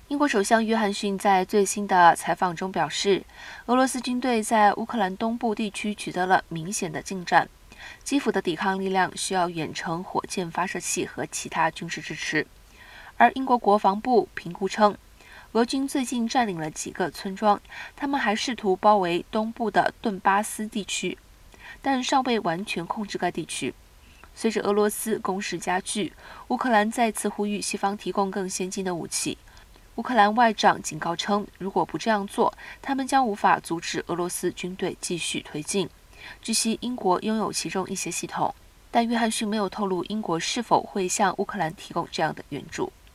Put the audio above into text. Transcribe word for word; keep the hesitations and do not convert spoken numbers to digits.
英国首相约翰逊在最新的采访中表示，俄罗斯军队在乌克兰东部地区取得了明显的进展，基辅的抵抗力量需要远程火箭发射器和其他军事支持。而英国国防部评估称，俄军最近占领了几个村庄，他们还试图包围东部的顿巴斯地区，但尚未完全控制该地区。随着俄罗斯攻势加剧，乌克兰再次呼吁西方提供更先进的武器。乌克兰外长警告称，如果不这样做，他们将无法阻止俄罗斯军队继续推进。据悉，英国拥有其中一些系统，但约翰逊没有透露英国是否会向乌克兰提供这样的援助。